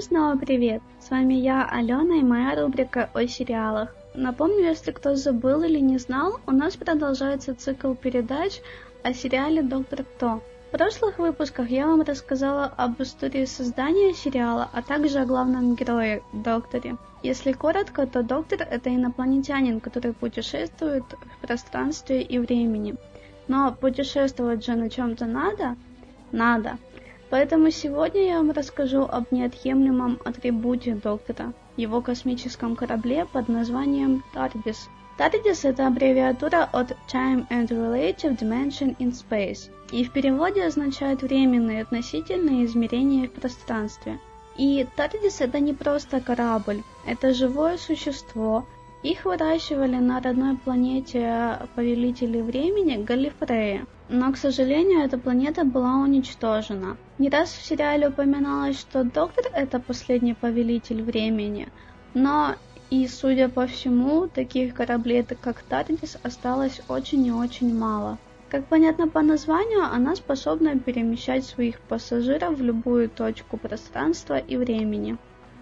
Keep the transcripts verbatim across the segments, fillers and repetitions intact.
снова привет! С вами я, Алена, и моя рубрика о сериалах. Напомню, если кто забыл или не знал, у нас продолжается цикл передач о сериале «Доктор Кто». В прошлых выпусках я вам рассказала об истории создания сериала, а также о главном герое, докторе. Если коротко, то доктор — это инопланетянин, который путешествует в пространстве и времени. Но путешествовать же на чем-то надо? Надо. Поэтому сегодня я вам расскажу об неотъемлемом атрибуте доктора, его космическом корабле под названием тардис. тардис — это аббревиатура от Time and Relative Dimension in Space, и в переводе означает временные относительные измерения в пространстве. И тардис — это не просто корабль, это живое существо. Их выращивали на родной планете Повелителей Времени Галифрея. Но, к сожалению, эта планета была уничтожена. Не раз в сериале упоминалось, что Доктор — это последний Повелитель Времени. Но и, судя по всему, таких кораблей, как тардис, осталось очень и очень мало. Как понятно по названию, она способна перемещать своих пассажиров в любую точку пространства и времени.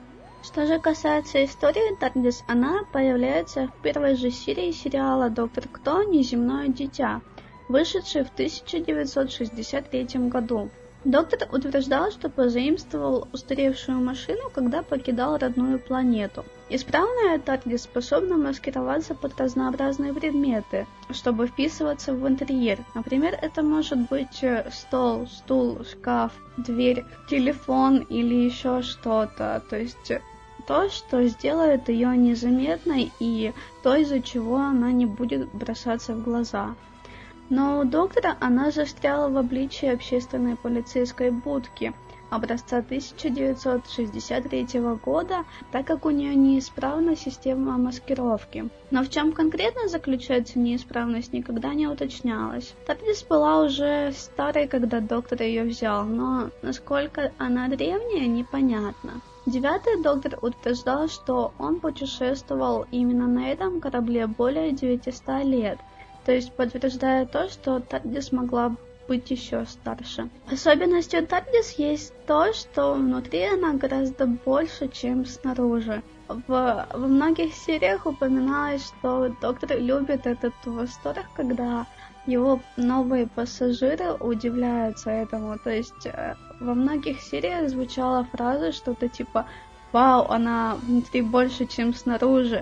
Что же касается истории тардис, она появляется в первой же серии сериала «Доктор Кто. Неземное дитя», вышедшей в тысяча девятьсот шестьдесят третьем году. Доктор утверждал, что позаимствовал устаревшую машину, когда покидал родную планету. Исправная тардис способна маскироваться под разнообразные предметы, чтобы вписываться в интерьер. Например, это может быть стол, стул, шкаф, дверь, телефон или еще что-то. То есть то, что сделает ее незаметной, и то, из-за чего она не будет бросаться в глаза. Но у доктора она застряла в обличии общественной полицейской будки образца тысяча девятьсот шестьдесят третьего года, так как у нее неисправна система маскировки. Но в чем конкретно заключается неисправность, никогда не уточнялось. тардис была уже старой, когда доктор ее взял, но насколько она древняя, непонятно. Девятый доктор утверждал, что он путешествовал именно на этом корабле более девятисот лет, то есть подтверждая то, что тардис могла быть еще старше. Особенностью тардис есть то, что внутри она гораздо больше, чем снаружи. В, во многих сериях упоминалось, что доктор любит этот восторг, когда его новые пассажиры удивляются этому. То есть во многих сериях звучала фраза что-то типа «Вау, она внутри больше, чем снаружи».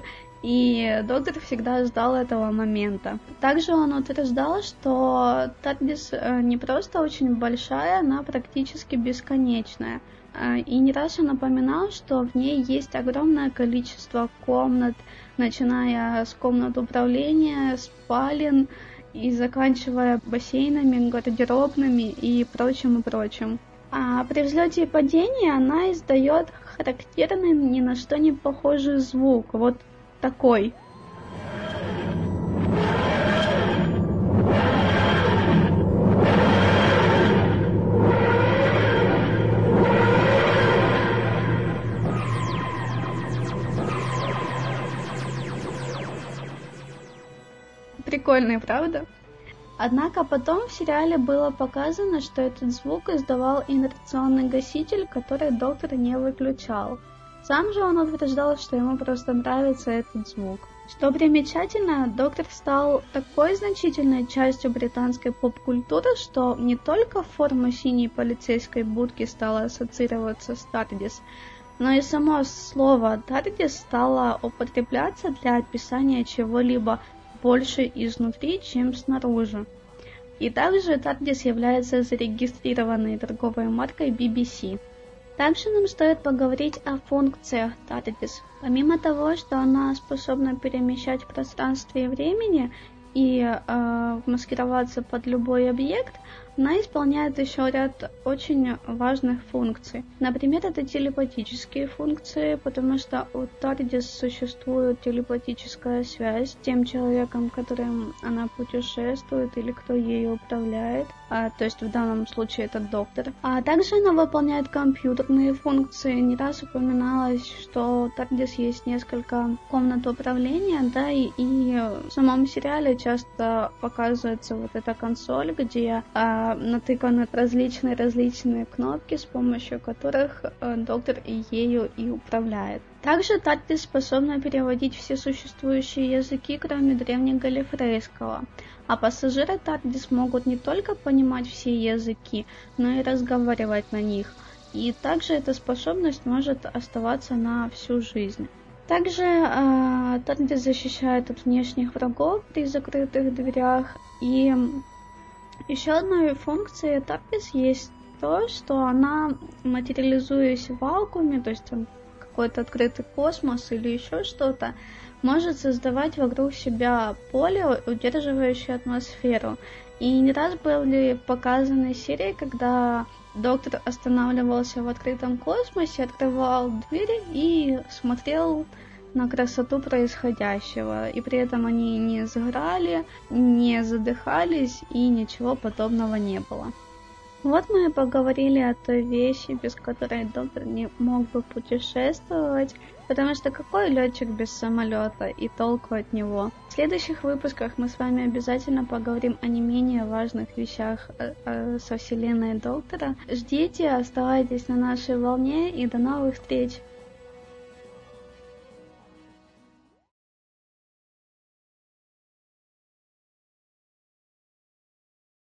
И доктор всегда ждал этого момента. Также он утверждал, что тардис не просто очень большая, она практически бесконечная. И не раз он напоминал, что в ней есть огромное количество комнат, начиная с комнат управления, спален и заканчивая бассейнами, гардеробными и прочим и прочим. А при взлете и падении она издает характерный, ни на что не похожий звук. Вот такой. Прикольный, правда? Однако потом в сериале было показано, что этот звук издавал инерционный гаситель, который доктор не выключал. Сам же он утверждал, что ему просто нравится этот звук. Что примечательно, доктор стал такой значительной частью британской поп-культуры, что не только форма синей полицейской будки стала ассоциироваться с тардис, но и само слово тардис стало употребляться для описания чего-либо больше изнутри, чем снаружи. И также тардис является зарегистрированной торговой маркой би би си. Также нам стоит поговорить о функциях тардис. Помимо того, что она способна перемещать в пространстве и времени и э, маскироваться под любой объект, она исполняет еще ряд очень важных функций. Например, это телепатические функции, потому что у тардис существует телепатическая связь с тем человеком, которым она путешествует или кто ею управляет, а, то есть в данном случае это доктор. А также она выполняет компьютерные функции. Не раз упоминалось, что у тардис есть несколько комнат управления, да, и, и в самом сериале часто показывается вот эта консоль, где э, натыканы различные-различные кнопки, с помощью которых э, доктор и ею и управляет. Также тардис способна переводить все существующие языки, кроме древнегалифрейского, а пассажиры тардис могут не только понимать все языки, но и разговаривать на них. И также эта способность может оставаться на всю жизнь. Также э, тардис защищает от внешних врагов при закрытых дверях. И еще одной функцией тардис есть то, что она, материализуясь в вакууме, то есть там какой-то открытый космос или еще что-то, может создавать вокруг себя поле, удерживающее атмосферу. И не раз были показаны серии, когда доктор останавливался в открытом космосе, открывал двери и смотрел на красоту происходящего. И при этом они не сгорали, не задыхались и ничего подобного не было. Вот мы и поговорили о той вещи, без которой доктор не мог бы путешествовать, потому что какой летчик без самолета и толку от него? В следующих выпусках мы с вами обязательно поговорим о не менее важных вещах со вселенной доктора. Ждите, оставайтесь на нашей волне и до новых встреч!